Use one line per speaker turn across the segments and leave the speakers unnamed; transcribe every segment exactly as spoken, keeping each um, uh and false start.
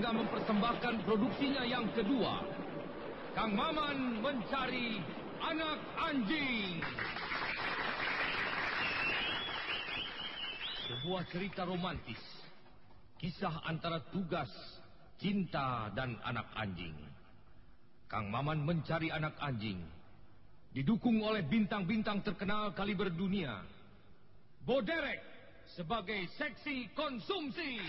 Cina mempersembahkan produksinya yang kedua, Kang Maman Mencari Anak Anjing. Sebuah cerita romantis, kisah antara tugas, cinta, dan anak anjing. Kang Maman Mencari Anak Anjing didukung oleh bintang-bintang terkenal kaliber dunia. Boderek sebagai seksi konsumsi,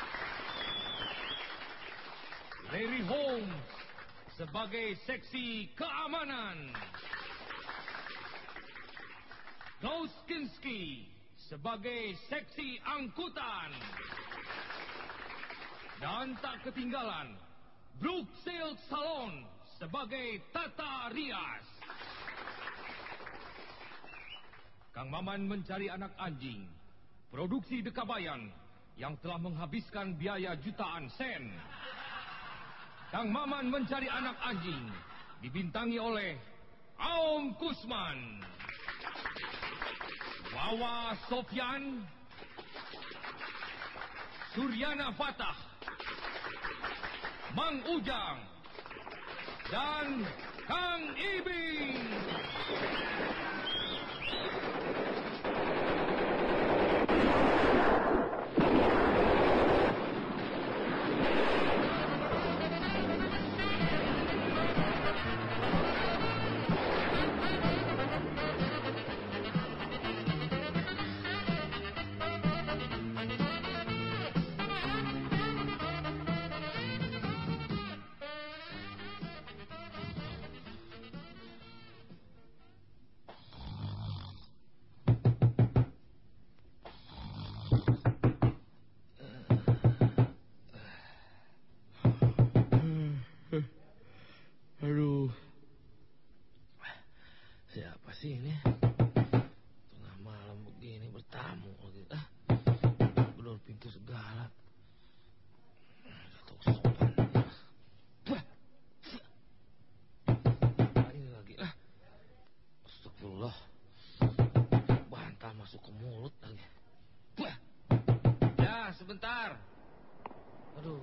Larry Holmes sebagai seksi keamanan, Klaus Kinski sebagai seksi angkutan, dan tak ketinggalan Brook Silk Salon sebagai tata rias. Kang Maman Mencari Anak Anjing, produksi Dekabayan yang telah menghabiskan biaya jutaan sen. Kang Maman Mencari Anak Anjing dibintangi oleh Aom Kusman, Wawa Sofyan, Suryana Fatah, Mang Ujang, dan Kang Ibing.
Aduh, siapa sih ini? Tengah malam begini bertamu lagi. Ah, gedor pintu segala. Jatuh sopan. Bah, ini lagi. Ah, astagfirullah. Bantal masuk ke mulut lagi. Bah. Ya, sebentar. Aduh.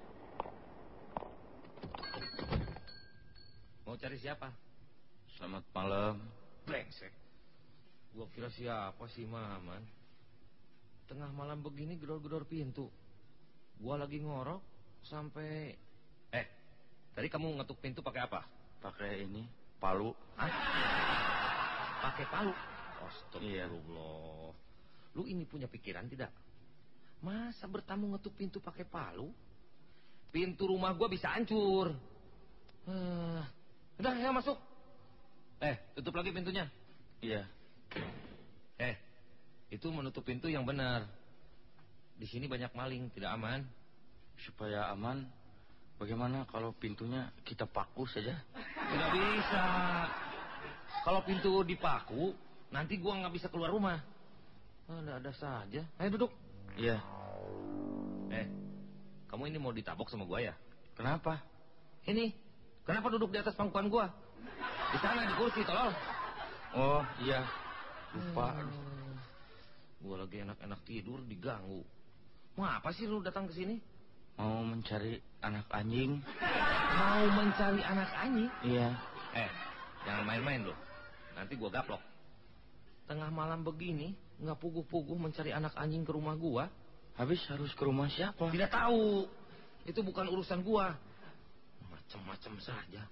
Mau cari siapa?
Selamat malam.
Brengsek. Gua kira siapa sih Maman. Tengah malam begini gedor-gedor pintu. Gua lagi ngorok sampai.
Eh, tadi kamu ngetuk pintu pakai apa?
Pakai ini, palu.
Hah? Pakai palu?
Astagfirullah. Iya. Lu ini punya pikiran tidak? Masa bertamu ngetuk pintu pakai palu? Pintu rumah gua bisa hancur. Hah. Udah, ya masuk.
Eh, tutup lagi pintunya.
Iya.
Eh, itu menutup pintu yang benar. Di sini banyak maling, tidak aman.
Supaya aman, bagaimana kalau pintunya kita paku saja?
Tidak bisa. Kalau pintu dipaku, nanti gua nggak bisa keluar rumah.
Ada ada saja.
Ayo duduk.
Iya.
Eh, kamu ini mau ditabok sama gua ya?
Kenapa?
Ini. Kenapa duduk di atas pangkuan gua? Di sana di kursi, tolong.
Oh iya, lupa.
Hmm. Gua lagi enak-enak tidur diganggu. Mau apa sih lu datang ke sini?
Mau mencari anak anjing.
Mau mencari anak anjing?
Iya.
Eh, jangan main-main lu. Nanti gua gaplok.
Tengah malam begini, nggak puguh-puguh mencari anak anjing ke rumah gua. Habis harus ke rumah siapa?
Tidak tahu. Itu bukan urusan gua.
Macam-macam saja.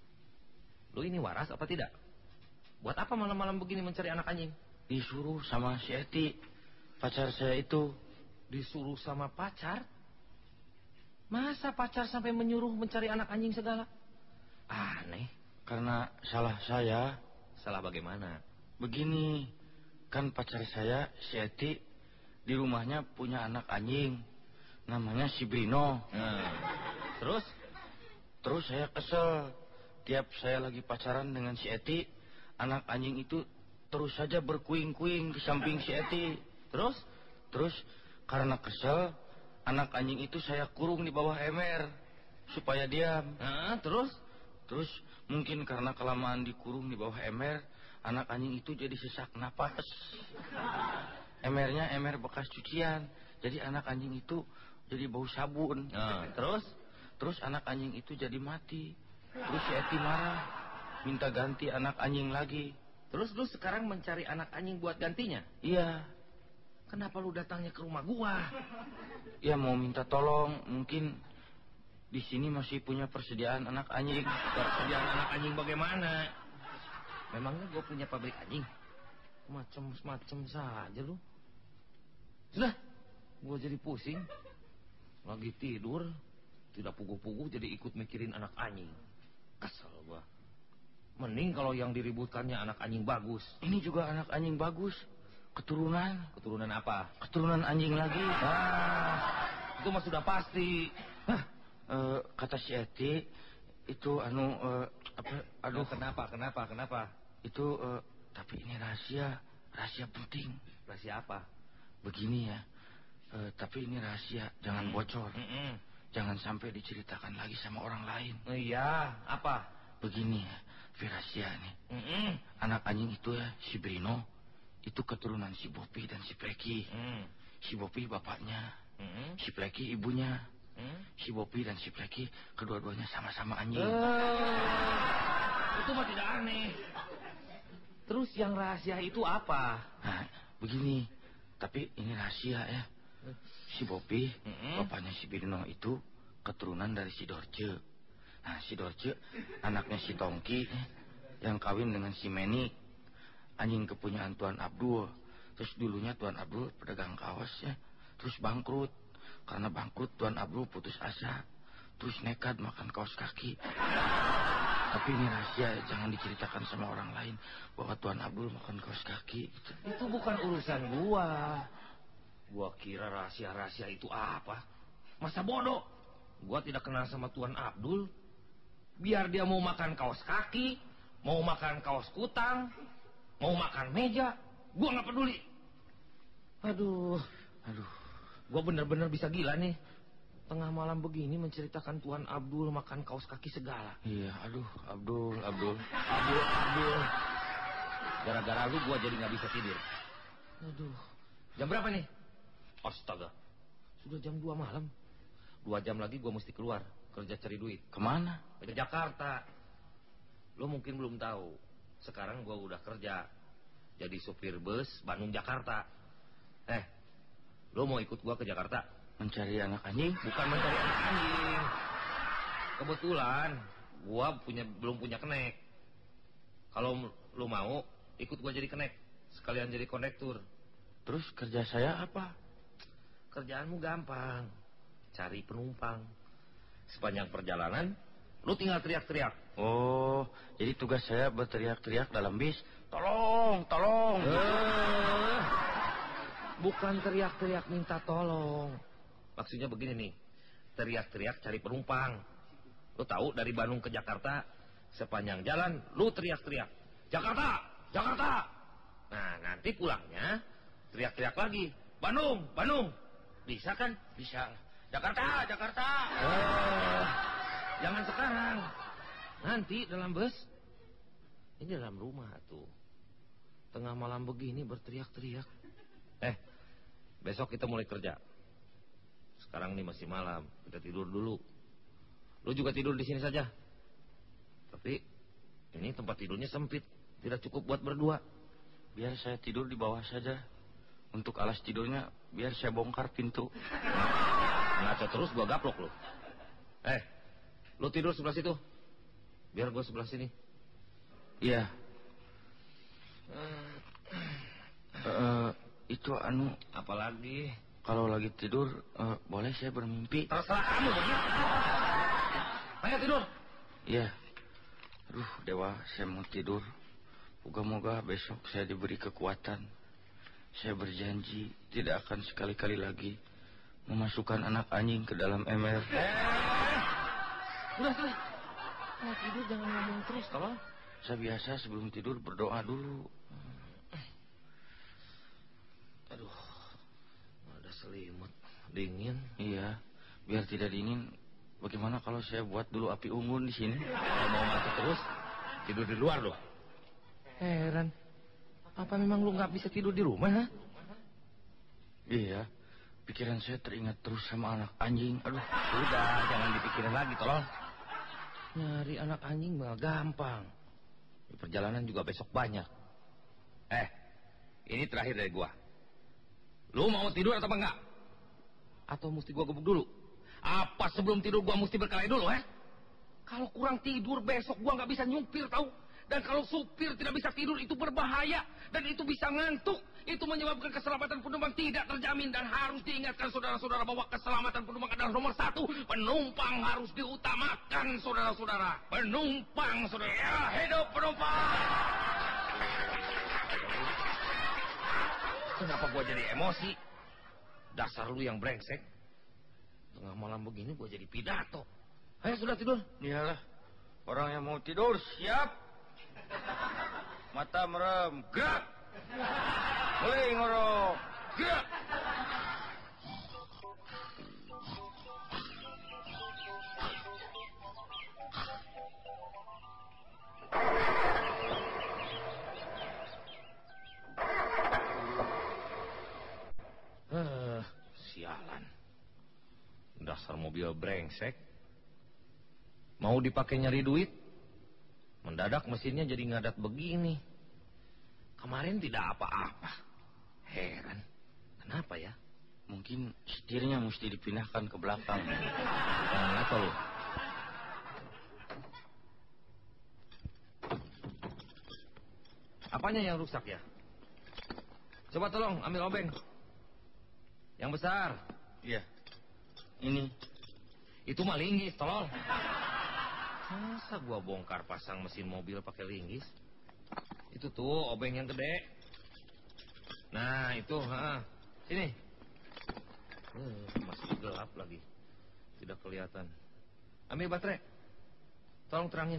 Lu ini waras apa tidak? Buat apa malam-malam begini mencari anak anjing?
Disuruh sama si Eti, pacar saya itu.
Disuruh sama pacar? Masa pacar sampai menyuruh mencari anak anjing segala? Aneh.
Karena salah saya.
Salah bagaimana?
Begini, kan pacar saya si Eti di rumahnya punya anak anjing, namanya si Brino.
Nah, terus?
Terus saya kesel. Tiap saya lagi pacaran dengan si Eti, anak anjing itu terus saja berkuing-kuing di samping si Eti.
Terus?
Terus karena kesel, anak anjing itu saya kurung di bawah ember supaya diam.
Nah, terus?
Terus mungkin karena kelamaan dikurung di bawah ember, anak anjing itu jadi sesak napas. Emernya emer bekas cucian, jadi anak anjing itu jadi bau sabun.
Nah, terus?
Terus anak anjing itu jadi mati. Terus si Eti marah, minta ganti anak anjing lagi.
Terus lu sekarang mencari anak anjing buat gantinya?
Iya.
Kenapa lu datangnya ke rumah gua?
Ya mau minta tolong, mungkin di sini masih punya persediaan anak anjing.
Persediaan anak anjing bagaimana? Memangnya gua punya pabrik anjing? Macem-macem saja lu. Sudah, gua jadi pusing. Lagi tidur, tidak puguh-puguh jadi ikut mikirin anak anjing. Kesel gua. Mending kalau yang diributkannya anak anjing bagus.
Ini juga anak anjing bagus. Keturunan.
Keturunan apa?
Keturunan anjing lagi.
Ah, itu mah sudah pasti.
Hah, e, kata si Eti, itu anu, e, apa, aduh.
Nah, kenapa, kenapa, kenapa?
Itu, e, tapi ini rahasia, rahasia penting.
Rahasia apa?
Begini ya, e, tapi ini rahasia, jangan
Hmm.
bocor.
Mm-mm.
Jangan sampai diceritakan lagi sama orang lain.
Oh, iya, apa?
Begini ya, rahasia nih.
Mm-mm.
Anak anjing itu ya, si Brino, itu keturunan si Bopi dan si Pleki.
Mm.
Si Bopi bapaknya,
Mm-mm.
si Pleki ibunya.
Mm.
Si Bopi dan si Pleki kedua-duanya sama-sama anjing.
Eh, itu mah tidak aneh. Terus yang rahasia itu apa?
Nah, begini, tapi ini rahasia ya. Si Bopi,
Mm-mm.
bapaknya si Brino itu keturunan dari si Dorce. Nah, si Dorce anaknya si Tongki yang kawin dengan si Meni. Anjing kepunyaan Tuan Abdul. Terus dulunya Tuan Abdul pedagang kaos ya. Terus bangkrut. Karena bangkrut Tuan Abdul putus asa. Terus nekat makan kaos kaki. Tapi ini rahasia, jangan diceritakan sama orang lain bahwa Tuan Abdul makan kaos kaki gitu.
Itu bukan urusan gua. Gua kira rahasia-rahasia itu apa? Masa bodoh? Gua tidak kenal sama Tuan Abdul. Biar dia mau makan kaos kaki, mau makan kaos kutang, mau makan meja, gua nggak peduli. Aduh,
Aduh,
gua bener-bener bisa gila nih. Tengah malam begini menceritakan Tuan Abdul makan kaos kaki segala.
iya, aduh, Abdul, Abdul.
Abdul, Abdul. Gara-gara lu gua jadi nggak bisa tidur. Aduh, jam berapa nih? Astaga, sudah jam dua malam. Dua jam lagi gua mesti keluar kerja cari duit.
Kemana?
Ke Jakarta. Lo mungkin belum tahu. Sekarang gua udah kerja jadi supir bus Bandung Jakarta. Eh, lo mau ikut gua ke Jakarta?
Mencari anak anjing?
Bukan mencari anak anjing. Kebetulan gua punya belum punya kenek. Kalau lo mau ikut gua jadi kenek, sekalian jadi kondektur.
Terus kerja saya apa?
Kerjaanmu gampang. Cari penumpang. Sepanjang perjalanan lo tinggal teriak-teriak.
Oh, jadi tugas saya berteriak-teriak dalam bis. Tolong, tolong.
Eh, bukan teriak-teriak minta tolong. Maksudnya begini nih, teriak-teriak cari penumpang. Lu tahu dari Bandung ke Jakarta, sepanjang jalan lu teriak-teriak, Jakarta, Jakarta. Nah, nanti pulangnya teriak-teriak lagi, Bandung, Bandung. Bisa kan?
Bisa. Jakarta, Jakarta.
Eh, jangan sekarang. Nanti dalam bus. Ini dalam rumah tuh. Tengah malam begini berteriak-teriak. Eh, besok kita mulai kerja. Sekarang nih masih malam, kita tidur dulu. Lu juga tidur di sini saja. Tapi ini tempat tidurnya sempit, tidak cukup buat berdua.
Biar saya tidur di bawah saja. Untuk alas tidurnya, biar saya bongkar pintu.
Ngaco terus gua gaplok lu. Eh, lu tidur sebelah situ. Biar gua sebelah sini.
Iya. Uh, itu anu,
Apalagi?
kalau lagi tidur, uh, boleh saya bermimpi?
Terserah kamu, ya. Ayo tidur.
Iya. Aduh, Dewa, saya mau tidur. Moga-moga besok saya diberi kekuatan. Saya berjanji tidak akan sekali-kali lagi memasukkan anak anjing ke dalam ember.
Eh, udah, udah. Mau tidur jangan ngomong terus, tolong.
Saya biasa sebelum tidur berdoa dulu.
Aduh, ada selimut dingin.
Iya, biar tidak dingin. Bagaimana kalau saya buat dulu api unggun di sini?
Kalau mau mati terus, tidur di luar loh. Heran, apa memang lu nggak bisa tidur di rumah? Ha?
Iya, Pikiran saya teringat terus sama anak anjing. Aduh.
Sudah, jangan dipikirin lagi, tolong. Nyari anak anjing mah gampang. Di perjalanan juga besok banyak. Eh, ini terakhir dari gua. Lu mau tidur atau enggak? Atau mesti gua gebuk dulu? Apa sebelum tidur gua mesti berkelahi dulu, eh? Kalau kurang tidur besok gua nggak bisa nyupir, tahu? Dan kalau supir tidak bisa tidur itu berbahaya dan itu bisa ngantuk. Itu menyebabkan keselamatan penumpang tidak terjamin dan harus diingatkan saudara-saudara bahwa keselamatan penumpang adalah nomor satu. Penumpang harus diutamakan, saudara-saudara. Penumpang, saudara. Ya, hidup penumpang. Kenapa gua jadi emosi? Dasar lu yang brengsek. Tengah malam begini gua jadi pidato. Ayo sudah tidur.
Iyalah. Orang yang mau tidur siap. Mata merem, gerak. Mulai ngorok, gerak.
Uh, sialan. Dasar mobil brengsek. Mau dipakai nyari duit? Mendadak mesinnya jadi ngadat begini. Kemarin tidak apa-apa. Heran. Kenapa ya?
Mungkin setirnya mesti dipindahkan ke belakang.
Nah, apa lu? Apanya yang rusak ya? Coba tolong ambil obeng. Yang besar.
Iya. Ini.
Itu mah linggis, tolong. Masa gua bongkar pasang mesin mobil pakai linggis? Itu tuh obeng yang gede. Nah itu, ha, sini. Uh, masih gelap lagi, tidak kelihatan. Ambil baterai, tolong terangin.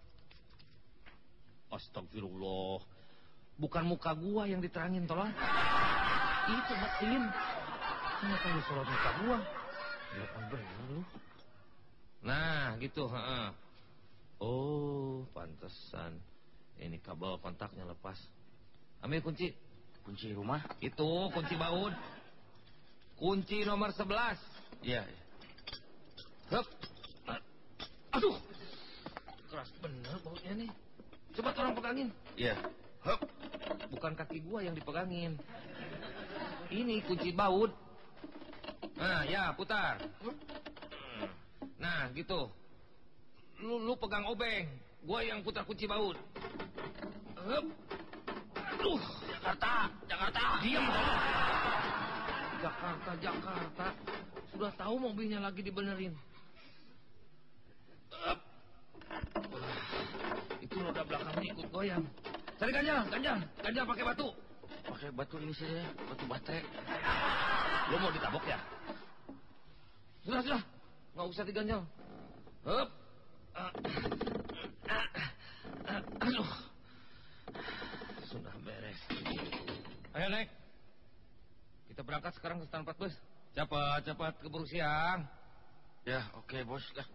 Astagfirullah, bukan muka gua yang diterangin, tolong. Itu mesin. Kenapa lu sorot muka gua? Ya bener lu. Nah gitu, ha. Oh, pantesan. Ini kabel kontaknya lepas. Ambil kunci.
Kunci rumah?
Itu kunci baut. Kunci nomor sebelas.
Iya.
Hup. Aduh. Keras bener bautnya nih. Coba tolong pegangin.
Iya.
Hup. Bukan kaki gua yang dipegangin. Ini kunci baut. Nah, ya putar. Nah, gitu. Lu, lu pegang obeng, gua yang putar kunci baut. Hup. Aduh, Jakarta, Jakarta. Diam dong. Jakarta, Jakarta. Sudah tahu mobilnya lagi dibenerin. Hup. Itu roda belakangnya ikut goyang. Cari ganjal, ganjal, ganjal pakai batu.
Pakai batu ini saja, batu baterai.
Lu mau ditabok ya? Sudah, sudah. Nggak usah diganjal. Hup. Aduh. Sudah beres. Ayo naik. Kita berangkat sekarang ke stand empat bus. Cepat, cepat keburu siang.
Ya, oke okay, bos lah.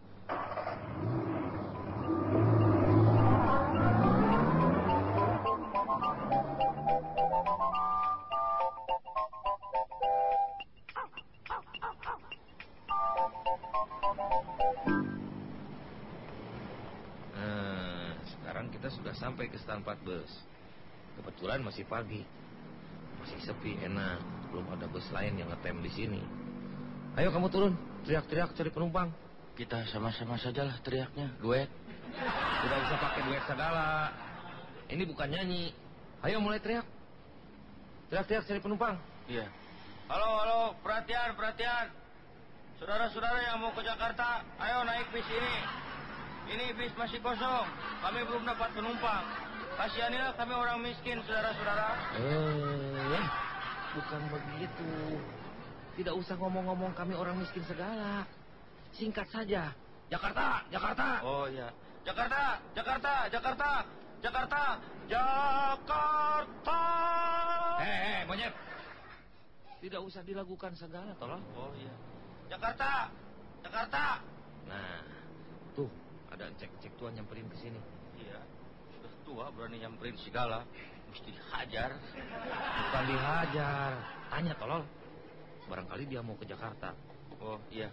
Nah, sekarang kita sudah sampai ke stand empat bus. Kebetulan masih pagi. Masih sepi, enak. Belum ada bus lain yang ngetem di sini. Ayo kamu turun, teriak-teriak cari penumpang.
Kita sama-sama sajalah teriaknya, duet.
Tidak usah pakai duet segala. Ini bukan nyanyi. Ayo mulai teriak. Teriak-teriak cari penumpang.
Iya. Halo, halo, perhatian, perhatian. Saudara-saudara yang mau ke Jakarta, ayo naik bis ini. Ini bis masih kosong. Kami belum dapat penumpang. Kasihanilah kami orang miskin, saudara-saudara.
Eh, bukan begitu. Tidak usah ngomong-ngomong kami orang miskin segala. Singkat saja. Jakarta, Jakarta.
Oh iya. Jakarta, Jakarta, Jakarta, Jakarta, Jakarta.
Eh, eh, monyet. Tidak usah dilakukan segala, tolong.
Oh iya. Jakarta, Jakarta.
Nah, tuh ada cek-cek tuan nyamperin ke sini.
Iya. Sudah tua berani nyamperin segala. Mesti dihajar.
Bukan dihajar. Tanya, tolol.
Barangkali dia mau ke Jakarta.
Oh iya.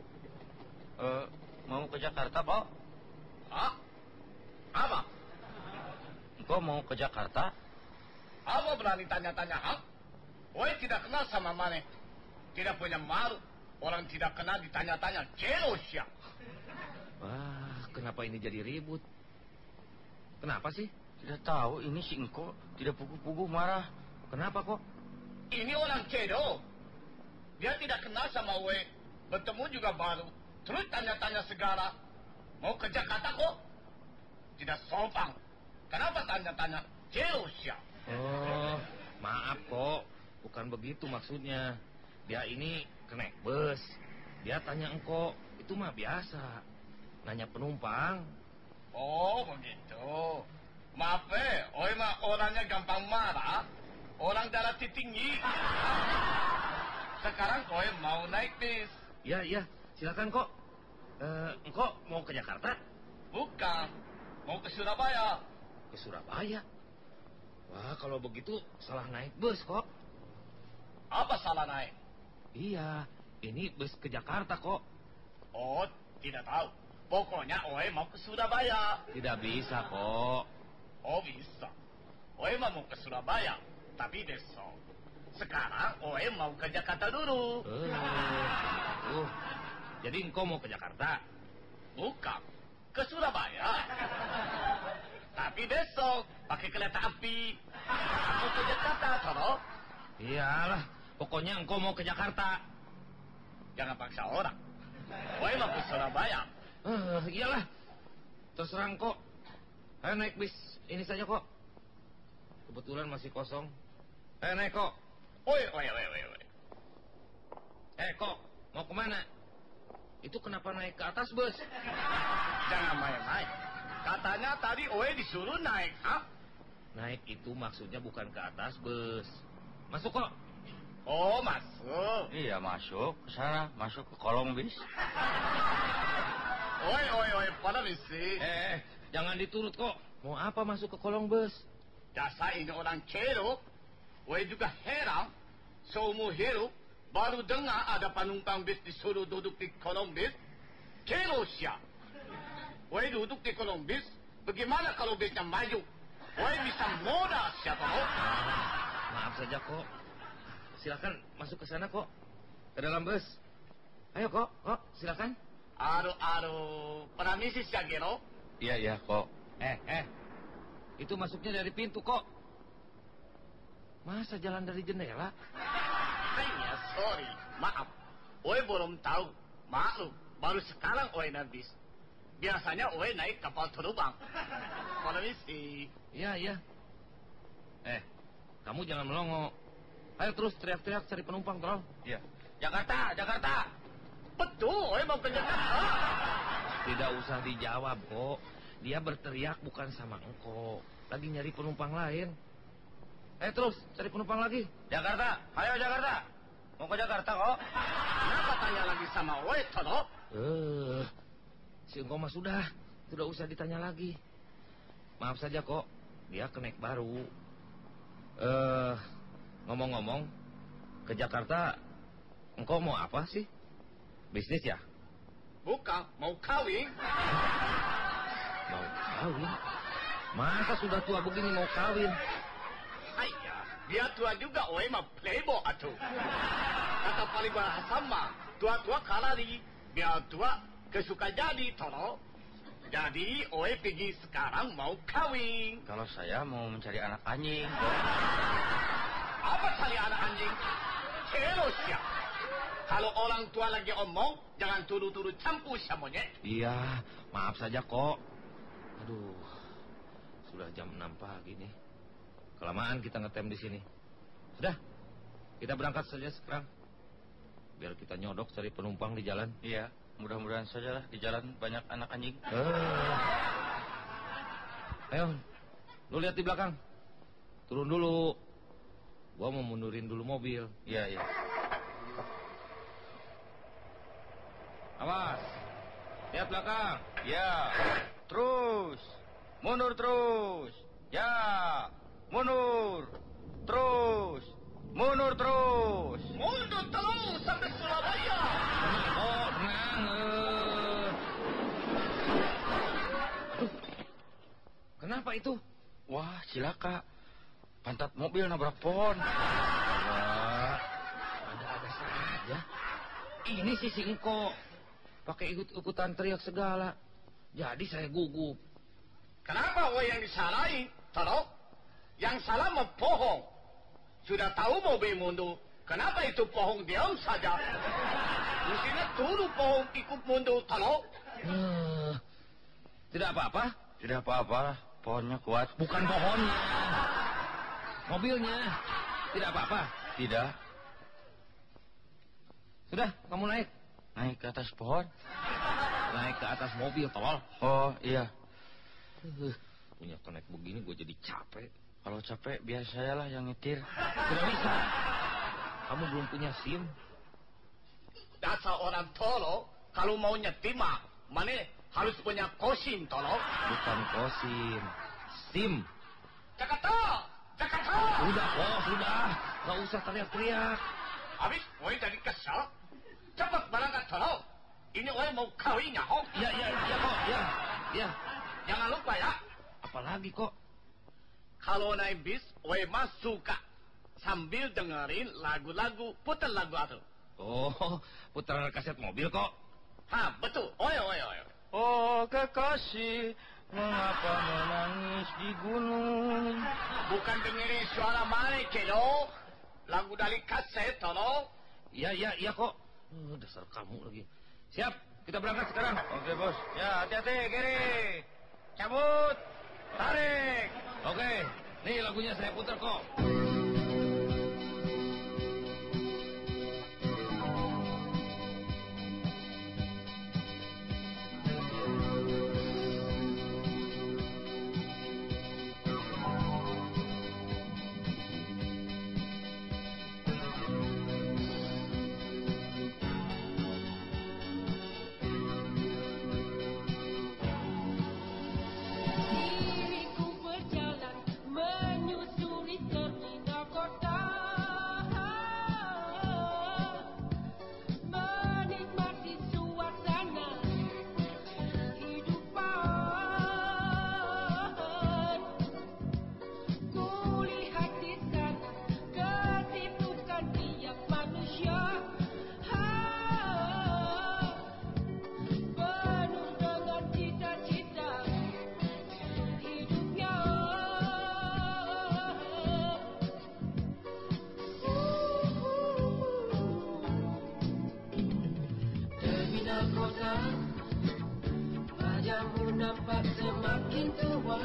Eh, mau ke Jakarta, Pak?
Hah? Apa?
Engkau mau ke Jakarta?
Apa berani tanya-tanya hak? Oi tidak kenal sama Mane. Tidak punya malu. Orang tidak kenal ditanya-tanya. Jelos ya.
Wah, kenapa ini jadi ribut? Kenapa sih?
Tidak tahu, ini si engkau tidak pugu-pugu marah.
Kenapa kok?
Ini orang kedo. Dia tidak kenal sama Oi. Bertemu juga baru. Terus tanya-tanya segala. Mau ke Jakarta kok? Tidak sopan. Kenapa tanya-tanya? Jelos ya.
Oh, maaf kok. Bukan begitu maksudnya. Dia ini kenaik bus. Dia tanya engkau. Itu mah biasa. Nanya penumpang.
Oh begitu. Maaf eh, Oi mah orangnya gampang marah. Orang darah tinggi. Sekarang Oi mau naik bis.
Ya, ya. Silakan kok. Eh, engkau mau ke Jakarta?
Bukan. Mau ke Surabaya.
Ke Surabaya? Wah, kalau begitu salah naik bus kok.
Apa salah naik?
Iya, ini bus ke Jakarta kok.
Oh, tidak tahu. Pokoknya Oi mau ke Surabaya.
Tidak bisa kok.
Oh bisa. Oi mah mau ke Surabaya. Tapi besok. Sekarang Oi mau ke Jakarta dulu.
Eh, uh. Jadi engkau mau ke Jakarta?
Bukan. Ke Surabaya. Tapi besok pakai kereta api. Aku ke Jakarta, Toro.
Iyalah, pokoknya engkau mau ke Jakarta.
Jangan paksa orang. Oi mau ke Surabaya.
Eh, iyalah. Terserah engkau. Ayo naik bis ini saja kok. Kebetulan masih kosong. Ayo naik kok.
Oi, oi, oi, oi, oi.
Eh kok, mau kemana? Itu kenapa naik ke atas bus?
Jangan main-main. Katanya tadi Oi disuruh naik, ah?
Naik itu maksudnya bukan ke atas bus. Masuk kok.
Oh, masuk.
Iya, masuk ke sana, masuk ke kolong bis.
Oi, oi, oi, pada misi.
Eh, jangan diturut kok. Mau apa masuk ke kolong bus?
Dasar ini orang kerok. Oi juga heran. Seumur hidup baru dengar ada penumpang bis disuruh duduk di kolong bis. Kerok ya. Oi duduk di kolong bis. Bagaimana kalau bisnya maju? Oi bisa modal siapa kok?
Maaf saja kok. Silakan masuk ke sana kok. Ke dalam bus. Ayo kok, kok silakan.
Aduh, aduh. Permisi ya, Gero.
Iya, iya, kok.
Eh, eh. Itu masuknya dari pintu kok. Masa jalan dari jendela?
Hanya sorry, maaf. Oi belum tahu. Maklum, baru sekarang Oi naik bis. Biasanya Oi naik kapal terbang. Permisi.
Iya, iya. Eh, kamu jangan melongo. Ayo terus teriak-teriak cari penumpang, Trol.
Iya. Jakarta, Jakarta.
Betul, Oi mau ke Jakarta.
Tidak usah dijawab kok. Dia berteriak bukan sama engkau. Lagi nyari penumpang lain. Eh terus cari penumpang lagi.
Jakarta, ayo Jakarta. Mau ke Jakarta kok.
Kenapa tanya lagi sama Oi, Toro?
Eh, si engkau mah sudah. Tidak usah ditanya lagi. Maaf saja kok. Dia kenaik baru. Eh, ngomong-ngomong, ke Jakarta engkau mau apa sih? Bisnis ya?
Bukan, mau kawin.
Mau kawin? Masa sudah tua begini mau kawin?
Ayah, dia tua juga, Oi mah playboy atuh. Kata paling bahasa mah, tua-tua kalari, biar tua kesuka jadi, Toro. Jadi, Oi pergi sekarang mau kawin.
Kalau saya mau mencari anak anjing, kok.
Apa cari anak anjing? Terus ya. Kalau orang tua lagi omong, jangan turu-turu campur sama monyet.
Iya, maaf saja kok. Aduh, sudah jam enam pagi nih. Kelamaan kita ngetem di sini. Sudah, kita berangkat saja sekarang. Biar kita nyodok cari penumpang di jalan.
Iya, mudah-mudahan saja lah di jalan banyak anak anjing.
Eh. Ayo, lu lihat di belakang. Turun dulu. Gua mau mundurin dulu mobil.
Iya, iya.
Awas, lihat belakang.
Ya, terus. Mundur terus. Ya, mundur. Terus. Mundur terus.
Mundur terus sampai Surabaya.
Oh, tenang. eh. Aduh. Kenapa itu?
Wah, cilaka. Pantat mobil nabrak pohon.
Wah, ada-ada saja. Ini si Singko pakai ikut-ikutan teriak segala. Jadi saya gugup.
Kenapa woy yang disalahin? Tolong. Yang salah mau bohong. Sudah tahu mobil mundur. Kenapa itu pohon diam saja? Mestinya turun pohon ikut mundur. Tolong.
Hmm, tidak apa-apa.
Tidak apa-apa, pohonnya kuat.
Bukan pohonnya. Mobilnya. Tidak apa-apa.
Tidak,
Sudah, kamu naik.
naik ke atas pohon.
Naik ke atas mobil, tolol.
Oh, iya.
Uh, punya konek begini gue jadi capek.
Kalau capek, biar saya lah yang nyetir.
Tidak bisa. Kamu belum punya SIM.
Dasar orang tolong. Kalau mau nyetir mah. Mana harus punya kosim tolong.
Bukan kosim. SIM.
Jakarta. Jakarta.
Sudah, oh sudah. Gak usah teriak-teriak.
Habis woy jadi kesal. Cepat berangkat tolong. Ini woy mau kawin ya. Oh.
Ya, ya, ya kok. Ya, ya.
Jangan lupa ya.
Apalagi kok.
Kalau naik bis, woy mas suka sambil dengerin lagu-lagu, putar lagu itu.
Oh, putaran kaset mobil kok.
Ha, betul. Oi, oi, oi.
Oh, kekasih, mengapa menangis di gunung?
Bukan dengerin suara mana, kedo. Lagu dari kaset, tolong.
Iya, iya, iya kok. Oh, dasar kamu lagi. Siap, kita berangkat sekarang.
Oke, bos.
Ya, hati-hati, kiri. Cabut. Tarik.
Oke, nih lagunya saya putar kok.
Diriku berjalan menyusuri terminal kota, menikmati suasana kehidupan. Kulihat di sana kesibukan tiap manusia, penuh dengan cita-cita hidupnya. Terminal kota, wajahmu nampak semakin tua.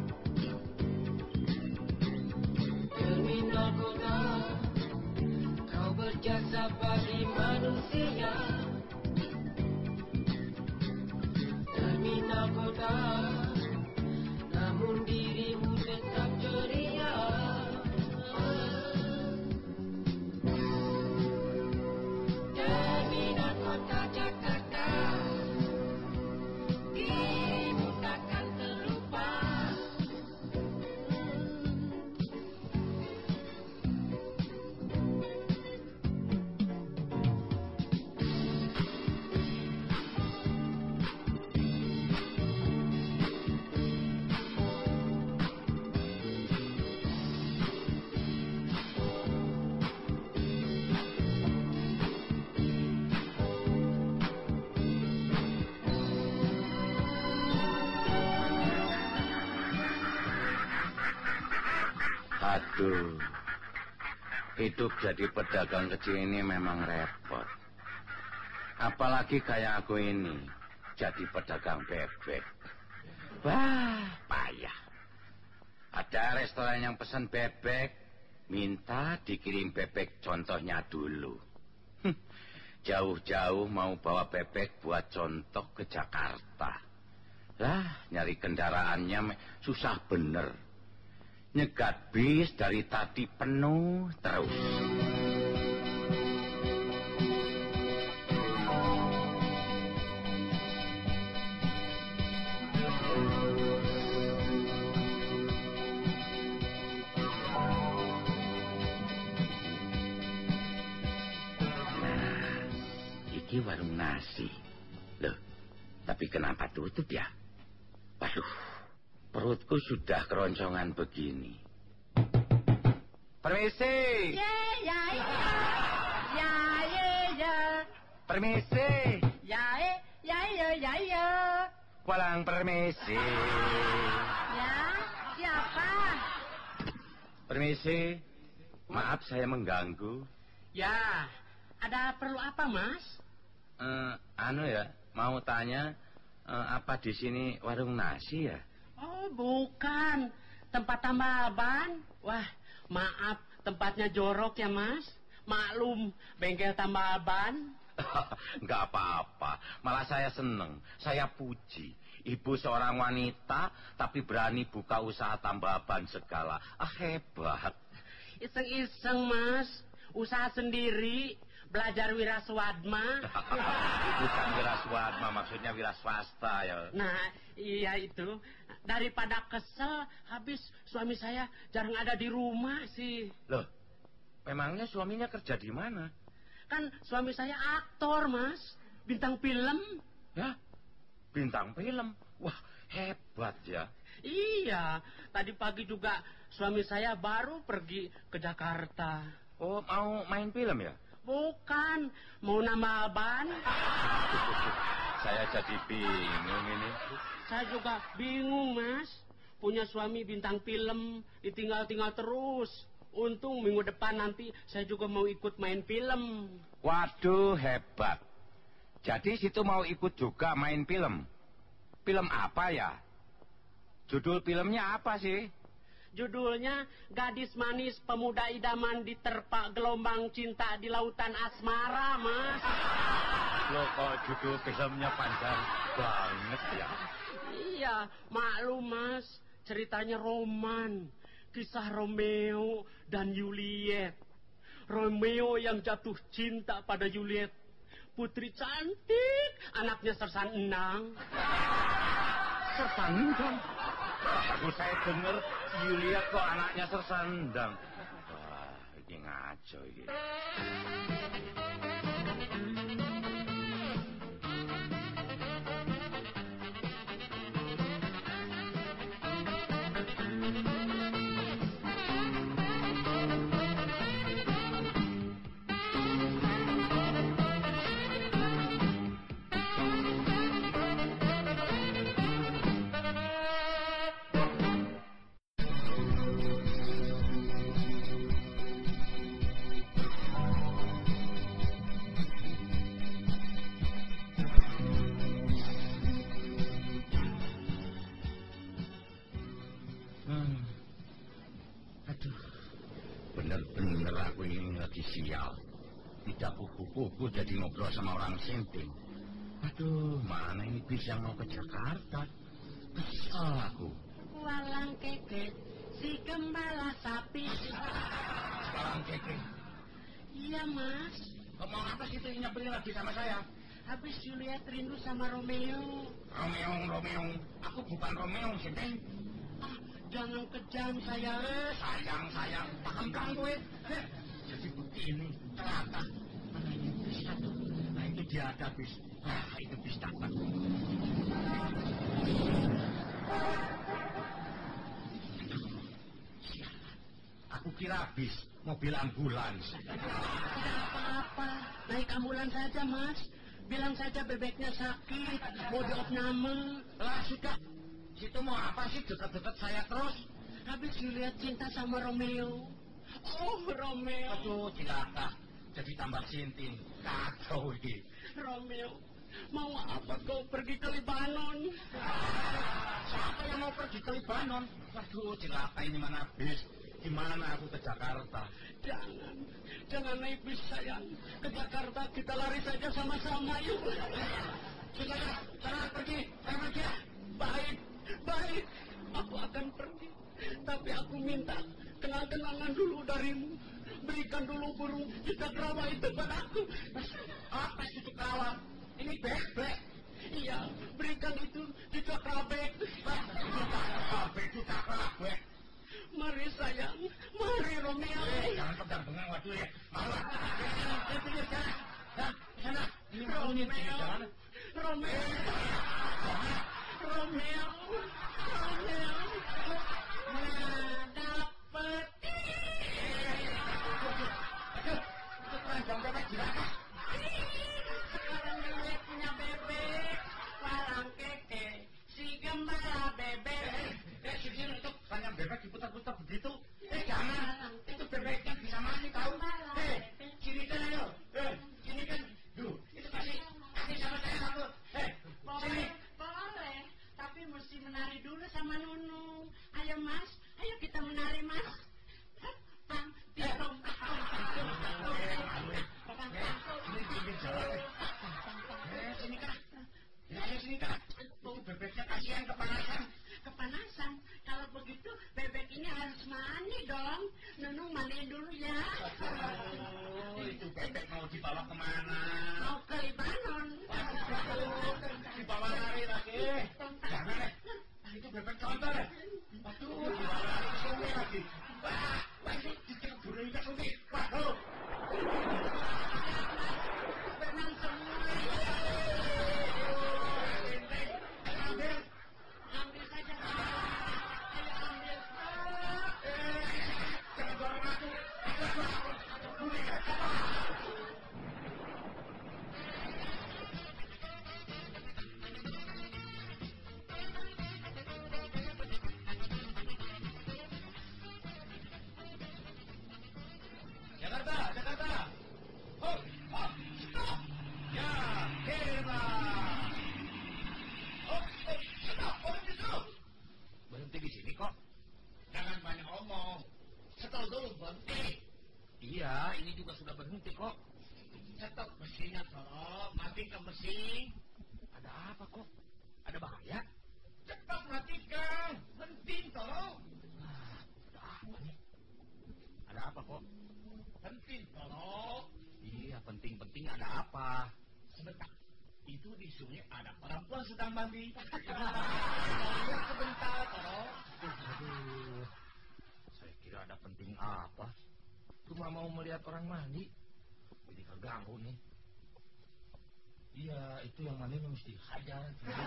Terminal kota, kau berjasa bagi manusia. Terminal kota, namun dirimu tetap ceria. Terminal kota Jakarta, dirimu takkan terlupa.
Aduh, hidup jadi pedagang kecil ini memang repot. Apalagi kayak aku ini, jadi pedagang bebek. Wah, payah. Ada restoran yang pesan bebek, minta dikirim bebek contohnya dulu. Hm, jauh-jauh mau bawa bebek buat contoh ke Jakarta. Lah, nyari kendaraannya me- susah bener. Nyegat bis dari tadi penuh terus. iki warung nasi. Loh, tapi kenapa tutup ya? Waduh, perutku sudah keroncongan begini. Permisi.
Ya, ya, ya. Ya, ya, ya.
Permisi.
Ya, ya, ya, ya, ya.
Walang permisi.
Ya, siapa?
Permisi. Maaf saya mengganggu.
Ya, ada perlu apa, Mas?
Eh, anu ya, mau tanya eh, apa di sini warung nasi ya?
Oh, bukan. Tempat tambal ban. Wah, maaf, tempatnya jorok ya, Mas. Maklum, bengkel tambal ban.
Enggak apa-apa, malah saya seneng, saya puji. Ibu seorang wanita, tapi berani buka usaha tambal ban segala. Ah, hebat.
Iseng-iseng, Mas. Usaha sendiri, belajar wiraswadma.
Bukan wiraswadma, maksudnya wira swasta ya.
Nah, iya itu. Daripada kesel, habis suami saya jarang ada di rumah sih.
Loh, memangnya suaminya kerja di mana?
Kan suami saya aktor, Mas. Bintang film.
Ya, bintang film. Wah, hebat ya.
Iya, tadi pagi juga suami saya baru pergi ke Jakarta.
Oh, mau main film ya?
Bukan, mau nambal ban.
Saya jadi bingung ini.
Saya juga bingung, Mas. Punya suami bintang film, ditinggal-tinggal terus. Untung minggu depan nanti saya juga mau ikut main film.
Waduh, hebat. Jadi situ mau ikut juga main film. Film apa ya? Judul filmnya apa sih?
Judulnya Gadis Manis Pemuda Idaman Diterpa Gelombang Cinta di Lautan Asmara, Mas.
Loh, kok judul filmnya panjang banget ya?
Iya, maklum, Mas. Ceritanya roman. Kisah Romeo dan Juliet. Romeo yang jatuh cinta pada Juliet. Putri cantik, anaknya Sersan Endang.
Sersan Endang? Baru saya dengar Juliet kok anaknya Sersan Endang. Wah, ini ngaco ini. Bener-bener aku ini lagi sial. Tidak kuku-kuku jadi ngobrol sama orang senting. Aduh, mana ini bis yang mau ke Jakarta? Kesel aku.
Walang keke, si gembala sapi.
Walang keke?
Iya, Mas.
Ngomong apa sih itu nyebelin lagi sama saya?
Habis Juliet rindu sama Romeo.
Romeo, Romeo. Aku bukan Romeo, senting.
Ah, jangan kejam, sayang.
Sayang, sayang. Paham kan gue? Heh, jadi begini. Ternyata. Mana ini bis satu? Nah, itu dia ada bis. Nah, itu bis dapat. Sialan. Aku kira bis. Mobil ambulans.
Tidak apa-apa. Naik ambulans saja, Mas. Bilang saja bebeknya sakit. Mau diopname.
Lah, sudah. Situ mau apa sih dekat-dekat saya terus?
Habis Juliet cinta sama Romeo. Oh, Romeo.
Aduh, cilaka. Jadi tambah sinting. Kacau ini.
Romeo, mau apa kau pergi ke Libanon?
Siapa yang mau pergi ke Libanon? Waduh, cilaka ini mana bis? Gimana aku ke Jakarta?
Jangan, jangan naik bis, sayang. Ke Jakarta kita lari saja sama-sama, yuk.
Sudah, jangan pergi. Saya pergi ya.
Baik, baik. Aku akan pergi. Tapi aku minta kenal-kenalan dulu darimu. Berikan dulu burung jejak rawa itu padaku.
Apa jejak rawa? Ini bebek.
Iya, berikan itu jejak rabek.
Jejak rabek, jejak rabek.
Mari sayang, mari Romeo.
Eh, jangan pegang bengang, waduh ya. Malah. Itu ya, sana. Nah, sana. Ini mau
Romeo, Romeo, Romeo, Romeo. Nah, dapet.
Aduh, itu keranjang bebek jerapah.
Sekarang bebek punya bebek, walang keke, si gembala bebek.
Eh, sini itu keranjang bebek diputar-putar begitu. Eh, jangan. Itu bebeknya bisa mati tahu. Eh, sini kan ayo. Eh, sini kan. Duh, itu kasih, kasih sama saya satu. Eh, sini.
Boleh, boleh, tapi mesti menari dulu sama Nunu. Ayo Mas, ayo kita menari Mas. Pang, pitong, pitong, pitong, pitong.
Ini pinggir jalan. Eh, sini kan. Ya, ayo sini kan. Tuh bebeknya kasihan kepanasan.
Kepanasan, kalau begitu bebek ini harus mandi dong. Nunu mandi dulu ya.
Oh, itu bebek mau dibawa kemana?
Mau ke Libanon.
Dibawa lari lagi. Jangan, eh. Itu bebek contoh, eh. Aduh, dibawa lari ke sungai lagi. Wah, wah, itu dikira burung ke sungai. Waduh.
Benang semua.
Benteng, ambil.
Ambil saja. Ayo ambil.
Eh, jangan dorong aku. Aku, aku, aku, bunyi, apa? Jakarta, Jakarta. Hop, hop, stop. Ya, hebat. Hop, hop, stop. Berhenti dulu.
Berhenti di sini kok.
Jangan banyak omong. Stop dulu, berhenti.
Iya, ini juga sudah berhenti kok.
Stop mesinnya, tolong. Matikan mesin.
Ada apa kok? Ada bahaya?
Cepat matikan. Penting, tolong.
Ah, ada apa nih? Ada apa kok?
Penting, tolong.
Iya, penting-penting ada apa?
Sebentar. Itu di sungai ada perempuan sedang mandi. Lihat sebentar, tolong.
Aduh, saya kira ada penting apa? Cuma mau melihat orang mandi. Jadi keganggu nih.
Iya, itu yang mana mesti hajar.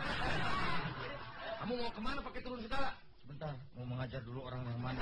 Kamu mau kemana pakai turun segala?
Sebentar, mau mengajar dulu orang yang mandi.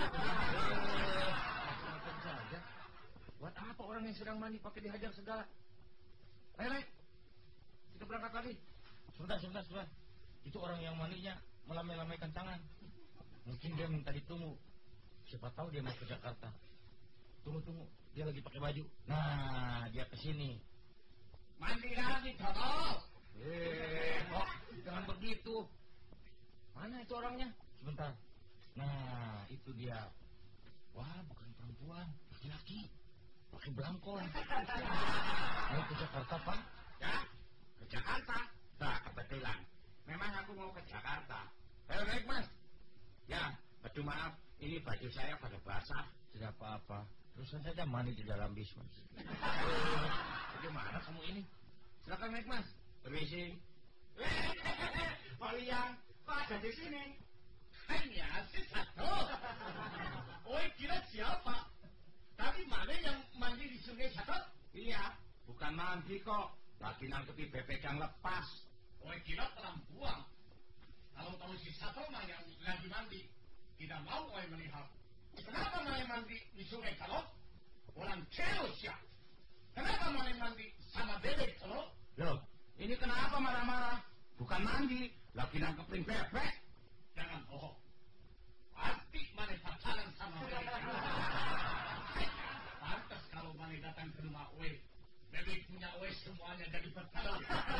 Macam saja. Buat apa orang yang sedang mandi pakai dihajar segala? Ayo, Rek. Kita berangkat lagi.
Sebentar, sebentar, sebentar. Itu orang yang mandinya melamai-lamaikan tangan. Mungkin dia minta ditunggu. Siapa tahu dia mau ke Jakarta. Tunggu, tunggu. Dia lagi pakai baju. Nah, dia ke sini.
Mandi lagi, tolong.
Eh, kok jangan begitu. Mana itu orangnya?
Sebentar. Nah, itu dia. Wah, bukan perempuan, laki-laki. Pakai belangkon. Mau ke Jakarta, Pak?
Ya, ke Jakarta. Nah, kebetulan. Memang aku mau ke Jakarta. Eh, baik, Mas. Ya, aduh maaf. Ini baju saya pada basah.
Tidak apa-apa. Terusan saja mandi di dalam bis, Mas.
Bagaimana kamu ini? Silakan naik, Mas.
Permisi. Pak Liang, kok ada di sini? Hanya si satu. Oi, kira siapa? Tadi mana yang mandi di sungai satu? Iya, bukan mandi kok. Lagi nangkepi bebek yang lepas. Oi, kira perempuan. Kalau tahu si satu mah yang lagi mandi, tidak mau oi melihat. Kenapa mana mandi di sungai kalau? Orang celos ya. Kenapa mana mandi sama bebek kalau? Loh, ini kenapa marah-marah? Bukan mandi, lagi nangkepin bebek. Jangan bohong. Pasti mana pacaran sama bebek. Pantas kalau mana datang ke rumah Oe, bebek punya Oe semuanya jadi bertalang.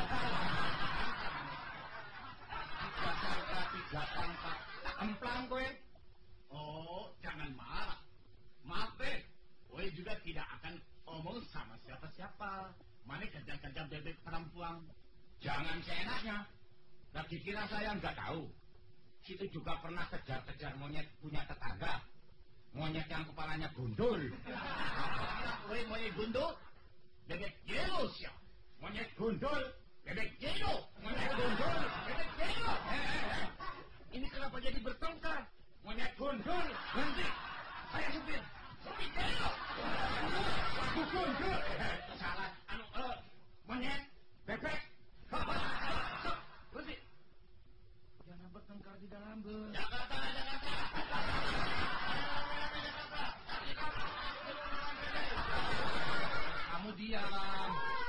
Tiga sangka, tiga sangka, tak emplang gue. Oh, jangan marah. Maaf deh, Oe juga tidak akan omong sama siapa-siapa. Mana kerja-kerja bebek perempuan. Jangan seenaknya. Lagi kira saya nggak tahu. Situ juga pernah kejar-kejar monyet punya tetangga. Monyet yang kepalanya gundul. Oe monyet gundul? Bebek jelos ya. Monyet gundul, bebek jelo. Monyet gundul, bebek jelo. Eh, eh, eh. Ini kenapa jadi bertengkar? Monyet gundul, nanti saya supir. Supir jelo. Aku gundul. Eh, salah. Anu, eh, monyet, bebek,
bertengkar di dalam bus.
Jakarta, Jakarta.
Kamu diam.